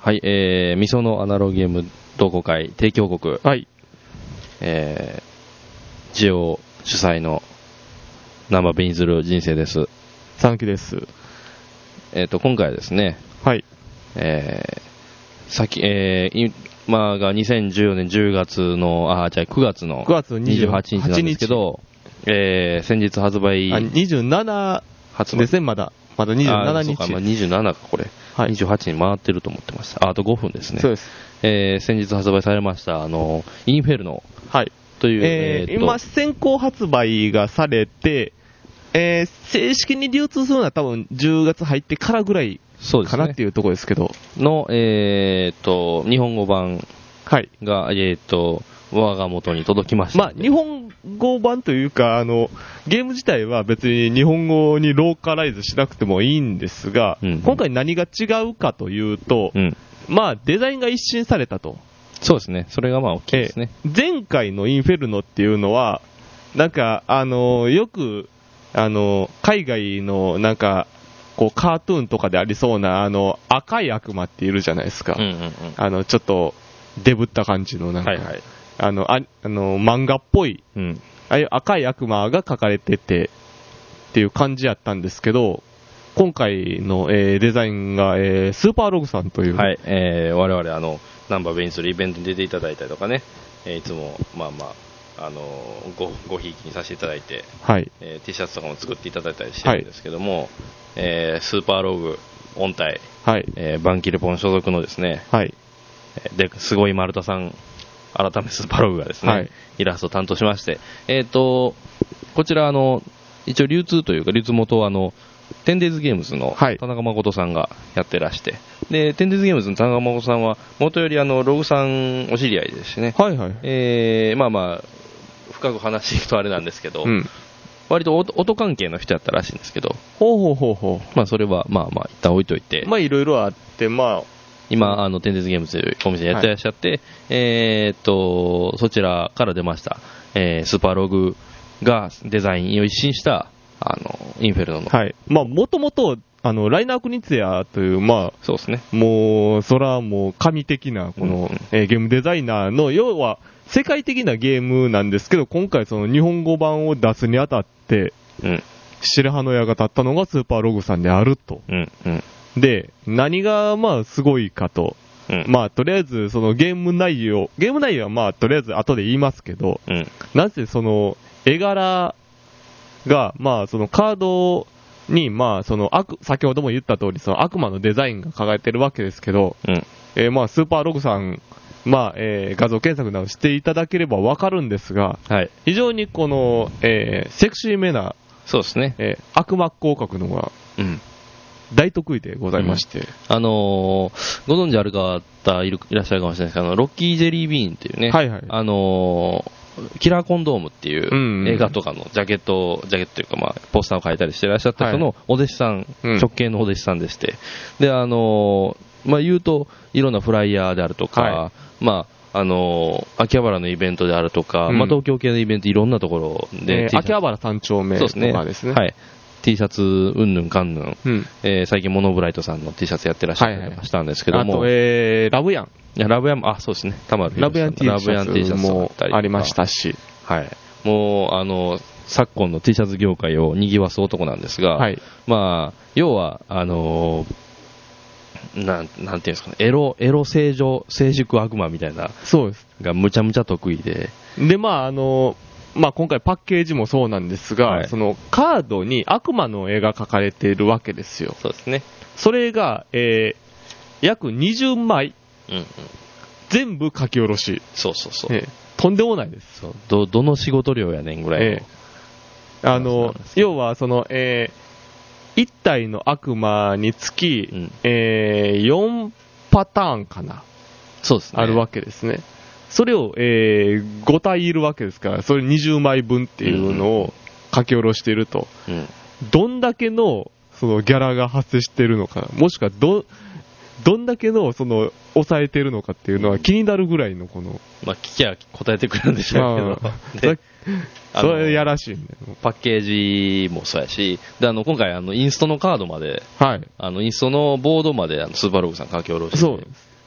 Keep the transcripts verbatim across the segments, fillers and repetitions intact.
はい、えー、みそのアナログゲーム同好会提供国、 はい、 えー、ジオ主催のナンバーベインズル人生です。 さぬきです。 えっと、今回はですね、 はい、 えー、先、えー、今がにせんじゅうよねんじゅうがつの、あ、じゃあくがつのにじゅうはちにちなんですけど、えー、先日発売。 あ、にじゅうななですね、まだ。まだにじゅうしちにち。 あ、そうか、まあ、にじゅうななか、これ。はい、にじゅうはちに回ってると思ってました。あ、あとごふんですね。 そうです。 えー、先日発売されました、あの、インフェルノ。 はい。 という、 えー、えー、今、先行発売がされて、えー、正式に流通するのは多分じゅうがつ入ってからぐらいかなっていうところですけど。 の、えーと、日本語版が、はい、えーと、我が元に届きました。 まあ、日本語版というか、あの、ゲーム自体は別に日本語にローカライズしなくてもいいんですが、うんうん、今回何が違うかというと、うん、まあ、デザインが一新されたと。 そうですね。それがまあ大きいですね。 えー、前回のインフェルノっていうのは、なんか、あの、よく、あの、海外のなんか、こう、カートゥーンとかでありそうな、あの、赤い悪魔っているじゃないですか。うんうんうん、あの、ちょっと、デブった感じのなんか、はいはい、あの、あ、あの、漫画っぽい、うん、ああいう赤い悪魔が描かれてて、っていう感じやったんですけど、今回の、えー、デザインが、えー、スーパーログさんという。 はい、えー、我々、あの、ナンバーベインするイベントに出ていただいたりとかね、えー、いつも、まあまあ、あのご、ごひいきにさせていただいて、はい、えー、T シャツとかも作っていただいたりしてるんですけども、はい、えー、スーパーログ音体、はい、えー、バンキルポン所属のですね、はい、で、すごい丸田さん、改めスーパーログがですね、はい、イラストを担当しまして、えっと、こちら、あの、一応流通というか、流通元は、あの、テンデイズゲームズの田中誠さんがやってらして、はい、で、テンデイズゲームズの田中誠さんは、元よりあの、ログさんお知り合いですしね、はいはい、えー、まあまあ、深く話していくとあれなんですけど、うん、割と 音, 音関係の人やったらしいんですけど、 ほうほうほうほう、 まあそれはまあまあ一旦置いといて、 まあいろいろあって、まあ今あのテンデイズゲームズというお店やってらっしゃって、はい、えー、っとそちらから出ました、えー、スーパーログがデザインを一新したあのインフェルノの、 はい、まあもともとあのライナー・クニツヤという、まあ、 そうですね、 もうそれはもう神的なこの、うんうん、えー、ゲームデザイナーの要は世界的なゲームなんですけど、今回その日本語版を出すにあたって、うん、白羽の矢が立ったのがスーパーログさんであると、うんうん、で何がまあすごいかと、うん、まあとりあえずそのゲーム内容ゲーム内容はまあとりあえず後で言いますけど、うん、なぜその絵柄がまあそのカードにまあその悪先ほども言った通りその悪魔のデザインが輝いてるわけですけど、うん、えー、まあスーパーログさんまあえー、画像検索などしていただければわかるんですが、はい、非常にこの、えー、セクシーめな、 そうですね、 えー、悪魔広角のが、うん、大得意でございまして、うん、 あのー、ご存知ある方いるいらっしゃるかもしれないですけど、ロッキー・ジェリー・ビーンっていうね、はいはい、あのー、キラー・コンドームっていう映画とかのジャケット、ジャケットというか、まあ、ポスターを描いたりしていらっしゃった人のお弟子さん、はい、直系のお弟子さんでして、で、あのー、まあ、言うと、いろんなフライヤーであるとか、はい、まあ、あのー、秋葉原のイベントであるとか、うん、まあ、東京系のイベントいろんなところで、 えー、秋葉原三丁目とかですね。そうですね。はい。 T シャツうんぬんかんぬん、うん、えー、最近モノブライトさんの T シャツやってらっしゃったりしたんですけども、 はいはい、あと、えー、ラブヤン。 いや、ラブヤン、あ、そうですね。たまラブヤン T シャツもありましたし、 はい。もう、あの、昨今の T シャツ業界を賑わす男なんですが、はい、まあ、要は、あのー、なん、なんていうんですかね、エロ、エロ正常、成熟悪魔みたいな、 そうです。 がむちゃむちゃ得意で。 で、まあ、あのー、まあ、今回パッケージもそうなんですが、はい、そのカードに悪魔の絵が描かれているわけですよ。 そうですね。 それが、えー、約にじゅうまい、うんうん、全部書き下ろし。 そうそうそう。 えー、とんでもないです。 そう、ど、どの仕事量やねんぐらいの。えー、あの、要は、その、えー、いち体の悪魔につき、うん、えー、よんパターンかな。 そうですね。 あるわけですね。それを、えー、ご体いるわけですから、それにじゅうまいぶんっていうのを書き下ろしていると、うん、どんだけのそのギャラが発生しているのか、もしくはど、どんだけのその抑えているのかっていうのは気になるぐらいのこの、 まあ聞きゃ答えてくるんでしょうけど、でそれやらしいんだよ。 パッケージもそうやし、であの今回あのインストのカードまで、はい、あのインストのボードまであのスーパーログさん書き下ろして、そうです。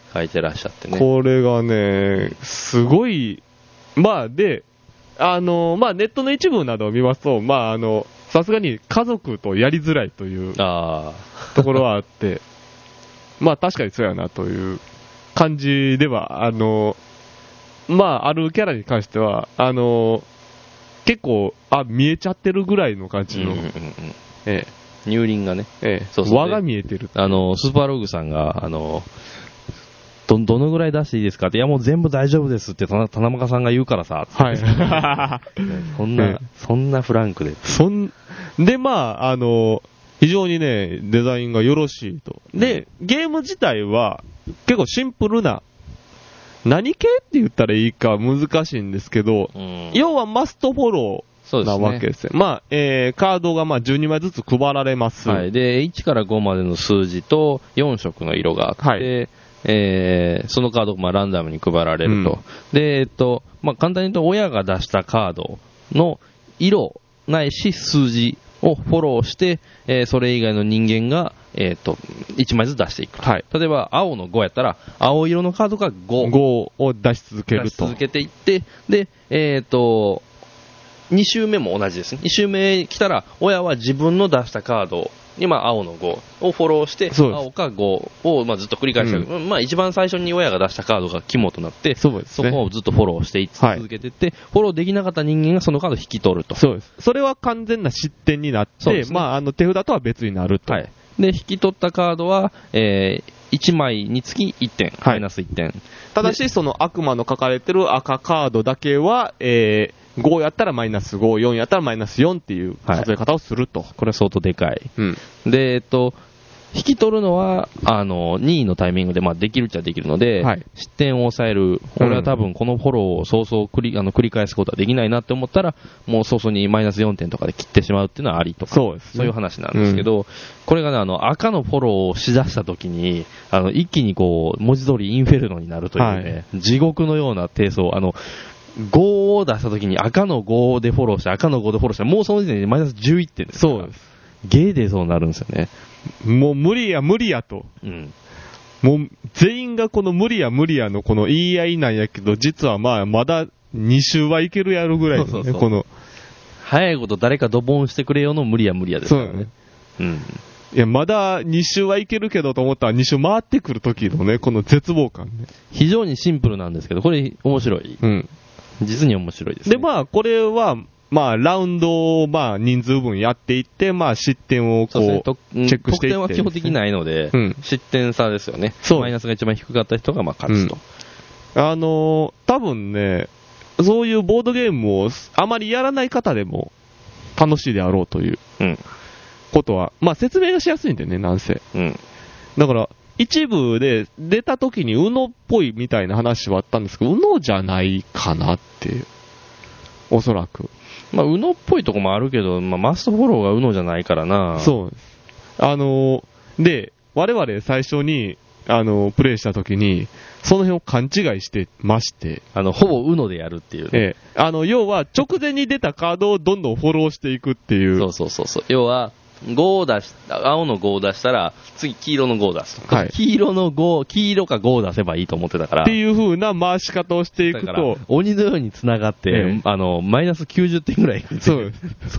書いてらっしゃってね。 これがね、すごい、まあで、あの、まあネットの一部などを見ますと、まああの、さすがに家族とやりづらいというところはあって、まあ確かにそうやなという感じでは、あの、まああるキャラに関しては、あの、結構、あ、見えちゃってるぐらいの感じの、うんうんうん、 ええ、乳輪がね、 ええ、そうそう、輪が見えてる。 あの、スーパーログさんが、あの、ど、どのぐらい出していいですかって、いやもう全部大丈夫ですって田中さんが言うからさ、はい。そんな、ね、そんなフランクで。 そん、で、まあ、あの、非常にね、デザインがよろしいと。で、ゲーム自体は結構シンプルな、何系って言ったらいいか難しいんですけど、うん、要はマストフォローなわけですよ。すね、まあ、えー、カードがまあじゅうにまいずつ配られます。 はい。で、いちからごまでの数字とよん色の色があって、はい、えー、そのカードがまあランダムに配られると。うん、で、えっと、まあ、簡単に言うと親が出したカードの色ないし数字をフォローして、えー、それ以外の人間が、えー、といちまいずつ出していく、はい、例えば青のごやったら青色のカードがご、 ごを出し続けると出し続けていって、で、えー、とに周目も同じですね。に周目来たら親は自分の出したカード今青のごをフォローして青かごをまあずっと繰り返して、うん、まあ一番最初に親が出したカードが肝となって そ, うです、ね、そこをずっとフォローしてい続けていって、はい、フォローできなかった人間がそのカードを引き取ると。 そうです。それは完全な失点になって、ね、まああの手札とは別になると。はい。 で引き取ったカードは、えー、いちまいにつきいってん、はい、マイナスいってん。 ただしその悪魔の書かれてる赤カードだけは、えーごやったらマイナスご、よんやったらマイナスよんっていう数え方をすると。はい、 これは相当でかい。うん、で、えっと、引き取るのは、あの、にいのタイミングで、まあ、できるっちゃできるので、はい、失点を抑える。俺は多分このフォローを早々繰り、あの、繰り返すことはできないなって思ったら、もう早々にマイナスよんてんとかで切ってしまうっていうのはありとか、そうですね、そういう話なんですけど、うん、これがね、あの、赤のフォローをしだした時に、あの、一気にこう、文字通りインフェルノになるというね、はい、地獄のような低層、あの、ごを出したときに赤のごでフォローして赤のごでフォローしたらもうその時点でマイナスじゅういってんです。 そうです。 ゲーでそうなるんですよね。 もう無理や無理やと。うん。もう全員がこの無理や無理やのこの言い合いなんやけど、実はまあまだに周はいけるやるぐらいのね、そうそうそう、この。 早いこと誰かドボンしてくれよの無理や無理やですからね。そうね。 うん。いや、まだに周はいけるけどと思ったらに周回ってくる時のね、この絶望感ね。 非常にシンプルなんですけど、これ面白い。うん。実に面白いですね。 で、まあ、これは、まあ、ラウンドを、まあ、人数分やっていって、まあ、失点をこう、ね、チェックしていって、ね。 得点は基本的にないので、うん、失点差ですよね。マイナスが一番低かった人が、まあ、勝つと。 うん、あのー、多分ね、そういうボードゲームをあまりやらない方でも楽しいであろうということは、まあ、説明がしやすいんだよね、なんせ。うん。だから、一部で出た時に ウノ っぽいみたいな話はあったんですけど、ウノ じゃないかなっていう。おそらく。 まあ、ウノ っぽいとこもあるけど、まあ、マストフォローが ウノ じゃないからな。 そうです。あのー、で、我々最初に、あのー、プレイした時に、その辺を勘違いしてまして。 あの、ほぼ ウノ でやるっていう、ね。 ええ。あの、要は、直前に出たカードをどんどんフォローしていくっていう。 そうそうそうそう。要は、ごを出し、青のごを出したら、次黄色のごを出す。はい、黄色のご、黄色かごを出せばいいと思ってたから。 っていう風な回し方をしていくと。 鬼のように繋がって、ええ、あの、マイナスきゅうじゅってんぐらい。そうです。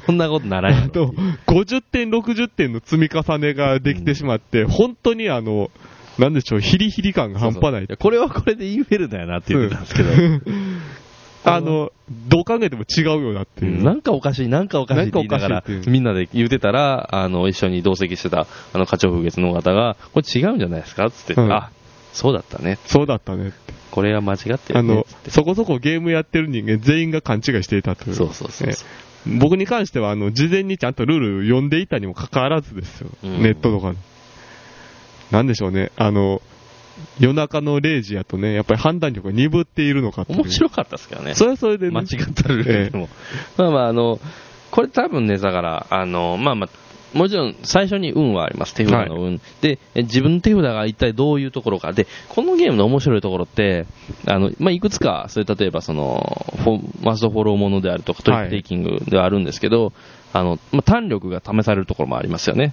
そんなことならない。あと、ごじゅってん、ろくじゅってんの積み重ねができてしまって、うん、本当にあの、なんでしょう、ヒリヒリ感が半端ない。そうそう、 これはこれでインフェルだよなって言ってたんですけど。 あの、どう考えても違うよなっていう。 なんかおかしい、なんかおかしいって言いながら、みんなで言うてたら、あの、一緒に同席してた、あの、課長風月の方が、これ違うんじゃないですかつって、うん、あ、そうだったね。 そうだったねって。 これは間違ってるね。 あの、そこそこゲームやってる人間全員が勘違いしていたという。 そうそうそうそう、 ね。僕に関しては、あの、事前にちゃんとルール読んでいたにもかかわらずですよ。うん、ネットとかで。なんでしょうね。あの、夜中のれいじやとね、やっぱり判断力が鈍っているのかと。 面白かったですけどね。 それはそれでね。 間違ったルールでも。ええ、まあまあ、あの、これ多分ね、だから、あの、まあまあ、もちろん最初に運はあります。手札の運。はい、で、自分の手札が一体どういうところか。で、このゲームの面白いところって、あの、まあ、いくつか、それ例えばその、フォマストフォローものであるとか、トリックテイキングではあるんですけど、はい、あの、まあ、弾力が試されるところもありますよね。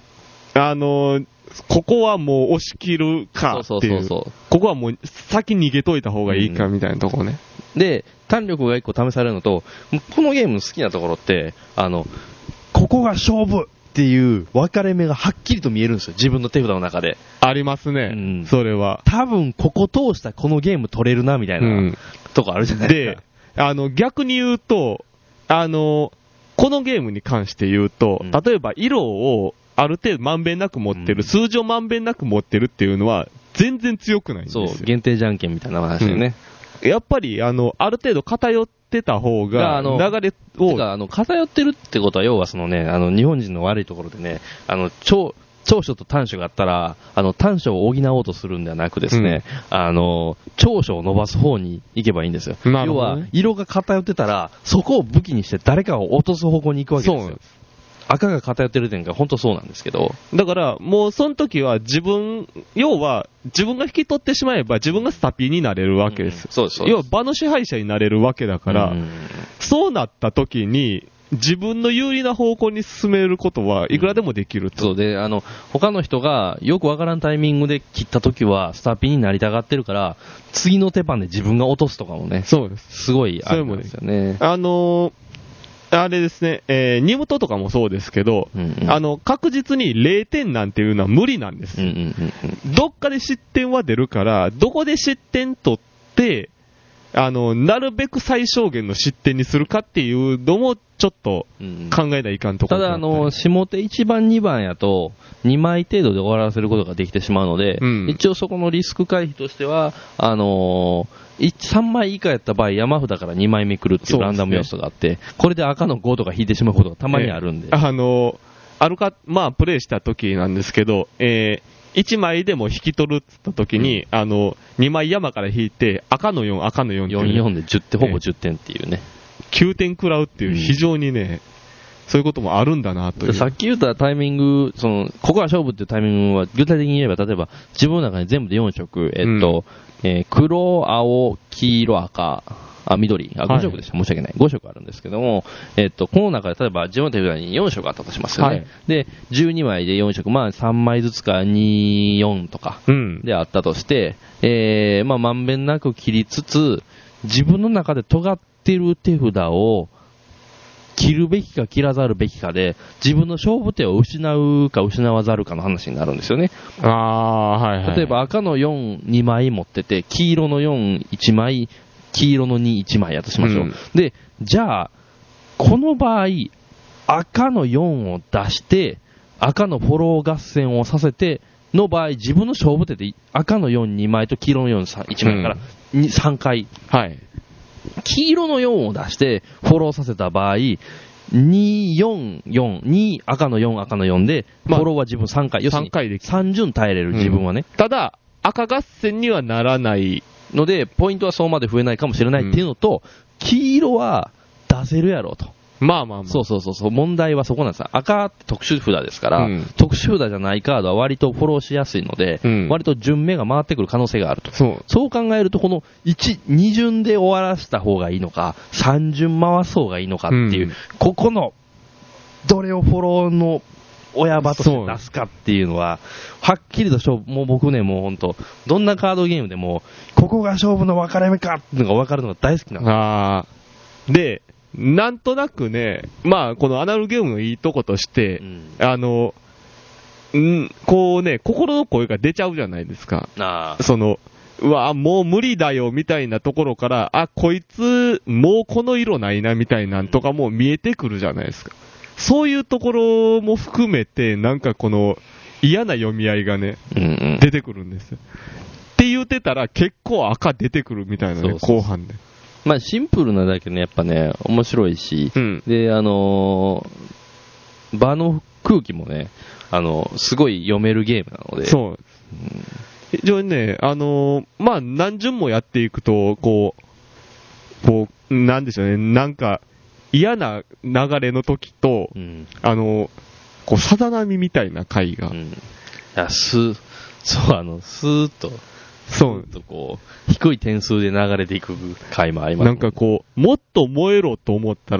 あのー、ここはもう押し切るかっていう。そうそうそうそう。ここはもう先逃げといた方がいいかみたいなところね。 うん、で、弾力が一個試されるのと、このゲームの好きなところって、あの、ここが勝負っていう分かれ目がはっきりと見えるんですよ。自分の手札の中で。 ありますね。うん、それは。 多分ここ通したらこのゲーム取れるなみたいな、うん、とこあるじゃないですか。 で、あの、逆に言うと、あの、このゲームに関して言うと、うん、例えば色をある程度まんべんなく持ってる、うん、数字をまんべんなく持ってるっていうのは全然強くないんですよ。 そう、限定じゃんけんみたいな話でね。 うん、やっぱり、あの、ある程度偏ってた方が、流れを。 てか、あの、偏ってるってことは、要はそのね、あの、日本人の悪いところでね、あの、超、長所と短所があったら、あの、短所を補おうとするんではなくですね、うん、あの、長所を伸ばす方に行けばいいんですよ。ね、要は、色が偏ってたら、そこを武器にして誰かを落とす方向に行くわけですよ。そうなんです。赤が偏ってる点が本当そうなんですけど。 だから、もうその時は自分、要は自分が引き取ってしまえば自分がスタピになれるわけです。うん、 そうです。 要は場の支配者になれるわけだから、うん、そうなった時に、自分の有利な方向に進めることはいくらでもできると。 うん、そうで、あの、他の人がよくわからんタイミングで切った時はスタピになりたがってるから、次の手番で自分が落とすとかもね。 そうです。 すごいあるんですよね。 あのー、あれですね、えー、ニムトとかもそうですけど、うんうん、あの、確実にれいてんなんていうのは無理なんです。うんうんうんうん、どっかで失点は出るから、どこで失点取って、あの、なるべく最小限の失点にするかっていうのも、ちょっと考えないかんところ、 うん、ただ、あの、下手いちばん、にばんやと、にまい程度で終わらせることができてしまうので、うん、一応そこのリスク回避としては、あのー、さんまい以下やった場合、山札からにまいめくるっていうランダム要素があって、ね、これで赤のごとか引いてしまうことがたまにあるんで。 えー、あのー、あるか、まあ、プレイした時なんですけど、えー、いちまいでも引き取るって言った時に、うん、あの、にまい山から引いて、赤のよん、赤のよんっていう、 よんよんでじゅってん、ほぼじゅってんっていうね。 きゅうてん食らうっていう非常にね、うん、そういうこともあるんだなという。 さっき言ったタイミング、その、ここが勝負っていうタイミングは具体的に言えば、例えば自分の中に全部でよん色、えっと、うん、えー、黒、青、黄色、赤、あ、緑、あ、ご色でした、はい、申し訳ない。ご色あるんですけども、えっと、この中で例えば自分の手札によん色あったとしますよね。はい、で、じゅうにまいでよん色、まあさんまいずつかに、よんとかであったとして、うん、えー、まあまんべんなく切りつつ、自分の中で尖ってる手札を切るべきか切らざるべきかで、自分の勝負手を失うか失わざるかの話になるんですよね。 ああ、はいはい。 例えば赤のよん、にまい持ってて、黄色のよん、いちまい、黄色のに、いちまいやとしましょう。うん、で、じゃあ、この場合、赤のよんを出して、赤のフォロー合戦をさせて、の場合、自分の勝負手で赤のよん、にまいと黄色のよん、いちまいから、うん、さんかい。 はい。 黄色のよんを出してフォローさせた場合、に、よん、よん、に、赤のよん、赤のよんで、フォローは自分さんかい。要するにさん巡耐えれる、自分はね。 うん、ただ、赤合戦にはならないので、ポイントはそうまで増えないかもしれないっていうのと、うん、黄色は出せるやろうと。 まあまあまあ。 そうそうそうそう、問題はそこなんです。赤って特殊札ですから、うん、特殊札じゃないカードは割とフォローしやすいので、うん、割と順目が回ってくる可能性があると。そう。そう考えると、このいち、に巡で終わらせた方がいいのか、さん巡回す方がいいのかっていう、うん、ここの、どれをフォローの親場として出すかっていうのは、はっきりと勝負、もう僕ね、もうほんと、どんなカードゲームでも、ここが勝負の分かれ目かっていうのが分かるのが大好きなんです。 あー。で、なんとなくね、まあ、このアナログゲームのいいとことして、うん、あの、んこうね、心の声が出ちゃうじゃないですか。 あその、うわ、もう無理だよ、みたいなところから、あ、こいつ、もうこの色ないな、みたいなんとかも見えてくるじゃないですか。そういうところも含めて、なんかこの、嫌な読み合いがね、うんうん、出てくるんですよ。って言ってたら、結構赤出てくるみたいなね、そうそう後半で。 まあシンプルなだけね、やっぱね、面白いし、うん、で、あのー、場の空気もね、あの、すごい読めるゲームなので。 そう。うん、非常にね、あのー、まあ何巡もやっていくと、こう、こう、なんでしょうね、なんか嫌な流れの時と、うん、あのー、こう、さざ波みたいな回が。うん、いや、スー、そう、あの、スーッと。そう。とこう、低い点数で流れていく回もあります、 ね。なんかこう、もっと燃えろと思ったら、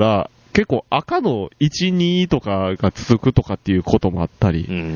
結構赤のいち、にとかが続くとかっていうこともあったり、 うんうんうん、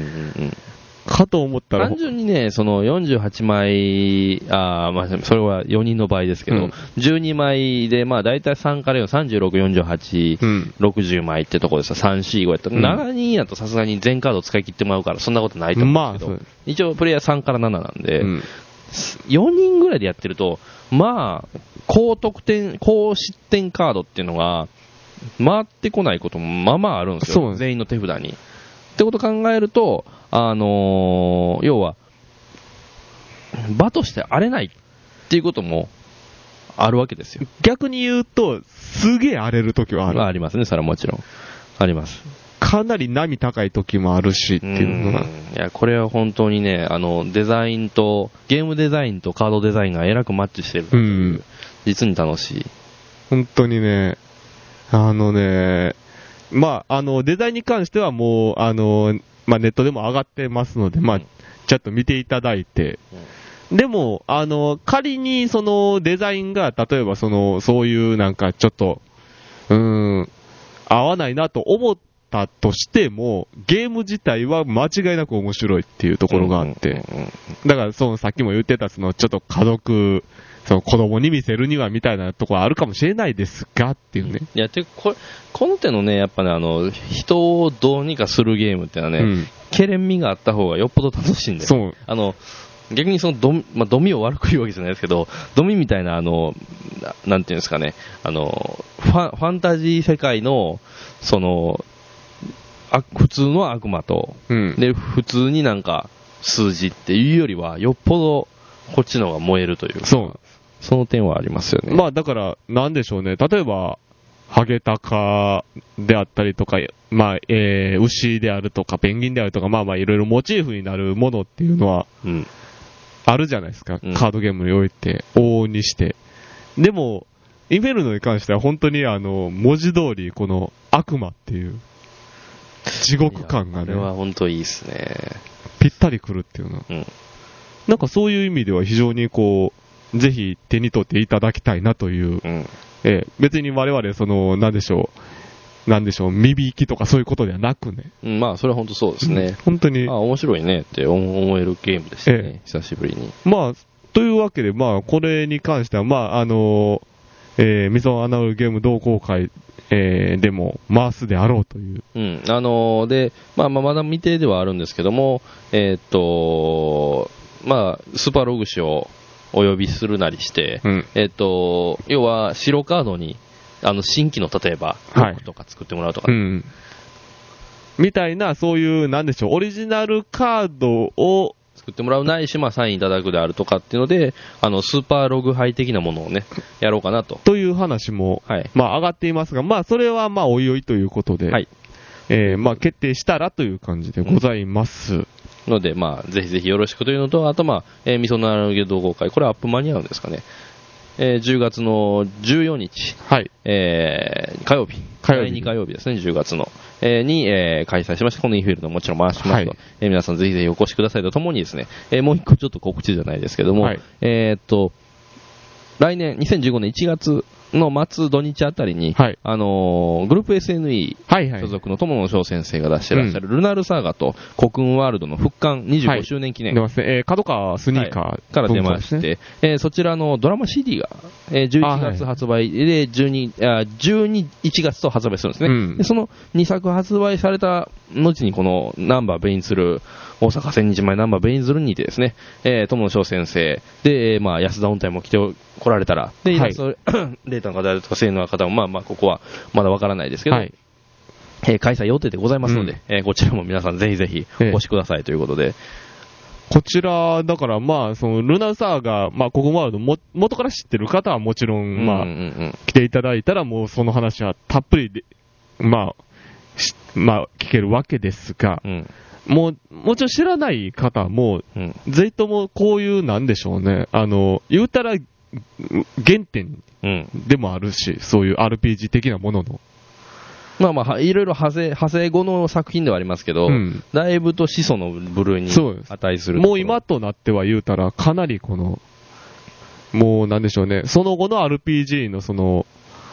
かと思ったら。 単純にね、そのよんじゅうはちまい、あまあ、それはよにんの場合ですけど、うん、じゅうにまいで、まあ大体さんからよん、さんじゅうろく、よんじゅうはち、うん、ろくじゅうまいってとこでさ、さん、よん、ごやったら、うん、しちにんやとさすがに全カード使い切ってもらうから、そんなことないと思うんですけど、まあ、一応プレイヤーさんからなななんで、うん、よにんぐらいでやってると、まあ、高得点、高失点カードっていうのが、回ってこないこともまあまああるんですよ、全員の手札に。ってことを考えると、あのー、要は、場として荒れないっていうこともあるわけですよ。 逆に言うと、すげえ荒れるときはある。 ありますね、それはもちろん。あります。 かなり波高いときもあるしっていうのが。 いや、これは本当にね、あの、デザインと、ゲームデザインとカードデザインがえらくマッチしてるという、実に楽しい。 本当にね、あのね、まあ、あの、デザインに関してはもう、あの、まあ、ネットでも上がってますので、まあ、ちょっと見ていただいて、うん、でも、あの、仮にそのデザインが、例えばその、そういうなんかちょっと、うーん、合わないなと思ったとしても、ゲーム自体は間違いなく面白いっていうところがあって、だからそのさっきも言ってたその、ちょっと家族、その子供に見せるにはみたいなところあるかもしれないですがっていうね。 いや、てこれ、この手のね、やっぱね、あの、人をどうにかするゲームってのはね、うん、けれんみがあった方がよっぽど楽しいんで、ね、そう。あの、逆にそのドミ、まあ、ドミを悪く言うわけじゃないですけど、ドミみたいな、あの、な、なんていうんですかね、あの、ファ、ファンタジー世界の、その、あ、普通の悪魔と、うん、で、普通になんか、数字っていうよりは、よっぽど、こっちの方が燃えるというか。そう。その点はありますよね。 まあだから、なんでしょうね。例えば、ハゲタカであったりとか、まあ、えー、牛であるとか、ペンギンであるとか、まあまあいろいろモチーフになるものっていうのは、うん、あるじゃないですか。うん、カードゲームにおいて、往々にして。でも、インフェルノに関しては本当にあの、文字通りこの悪魔っていう、地獄感がね。これは本当いいですね。 ぴったりくるっていうのは。うん、なんかそういう意味では非常にこう、ぜひ手に取っていただきたいなという、うん、えー、別に我々その、なんでしょう、なんでしょう、身引きとかそういうことではなくね。 うん、まあそれは本当そうですね。うん、 本当に。 あ、面白いねって思えるゲームでしたね、えー、久しぶりに。 まあ、というわけで、まあこれに関しては、まああの、えー、ミソアナルゲーム同好会、えー、でも回すであろうという。 うん、あのー、で、まあまあまだ未定ではあるんですけども、えー、っと、まあ、スーパーログ紙をお呼びするなりして、うん、えっと、要は白カードに、あの、新規の例えば、ロックとか作ってもらうとか、 はい、うん、みたいな、そういう、なんでしょう、オリジナルカードを作ってもらうないし、まあ、サインいただくであるとかっていうので、あの、スーパーログ杯的なものをね、やろうかなと。 という話も、はい、まあ、上がっていますが、まあ、それは、まあ、おいおいということで、はい、えー、まあ、決定したらという感じでございます。うんので、まあ、ぜひぜひよろしくというのと、あと、まあ、えー、みそならげ同好会、これはアップ間に合うんですかね。えー、じゅうがつのじゅうよっか、はい、えー、火曜日、火曜日だいに火曜日ですね、じゅうがつの、えー、に、えー、開催しまして、このインフィールドもちろん回しますと、はい、えー、皆さんぜひぜひお越しくださいとともにですね、えー、もう一個ちょっと告知じゃないですけども、はい、えー、っと、来年、にせんじゅうごねんいちがつの末土日あたりに、はい、あのー、グループ エスエヌイー 所属の友野翔先生が出してらっしゃる、ルナルサーガとコクンワールドの復刊にじゅうごしゅうねん記念。 出ますね。えー、角川スニーカー、はい、 から出まして、ね、えー、そちらのドラマ シーディー が、えー、じゅういちがつ発売で、じゅうに、あ、じゅうに、いちがつと発売するんですね。うん、でそのにさく発売された後にこのナンバーベインズル、大阪千日前ナンバーベインズルにてですね、えー、友野翔先生で、まあ、安田音体も来て来られたら、で、イラスト、はい、データの方とか性能の方も、まあまあ、ここはまだわからないですけど、はい、えー、開催予定でございますので、うん、えー、こちらも皆さんぜひぜひお越しくださいということで、えー、 こちら、だからまあ、その、ルナサーが、まあ、ココワールドも、元から知ってる方はもちろん、まあ、うんうんうん、来ていただいたら、もうその話はたっぷりで、まあ、まあ、聞けるわけですが、うん、もう、もちろん知らない方も、うん、ぜひともこういう、なんでしょうね、あの、言うたら、原点でもあるし、うん、そういう アールピージー 的なものの。 まあまあ、いろいろ派生、派生後の作品ではありますけど、うん、だいぶと始祖の部類に値する。 もう今となっては言うたら、かなりこの、もうなんでしょうね、その後の アールピージー のその、基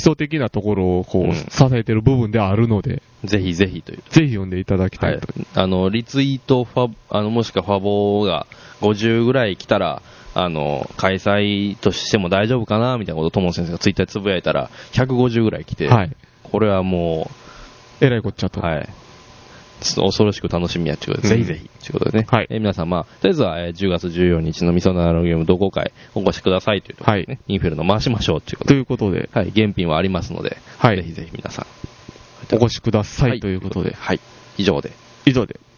礎的なところをこう、うん、支えてる部分であるので、 ぜひぜひという。 ぜひ読んでいただきたいと。はい、 あの、リツイート、ファ、あの、もしくはファボがごじゅうぐらい来たら、あの、開催としても大丈夫かなみたいなことを友野先生がツイッターでつぶやいたら、ひゃくごじゅうぐらい来て、はい、これはもう、えらいこっちゃと。 はい。恐ろしく楽しみやということで、うん、ぜひぜひということでね。はい。えー、皆さん、まあ、とりあえずは、えー、じゅうがつじゅうよっかのみそなのゲーム同好会お越しくださいというところでね、はい、インフェルノ回しましょうということで。 ということで。 はい。現品はありますので、はい。ぜひぜひ皆さん。 お越しください、はい、ということで。 はい。以上で。 以上で。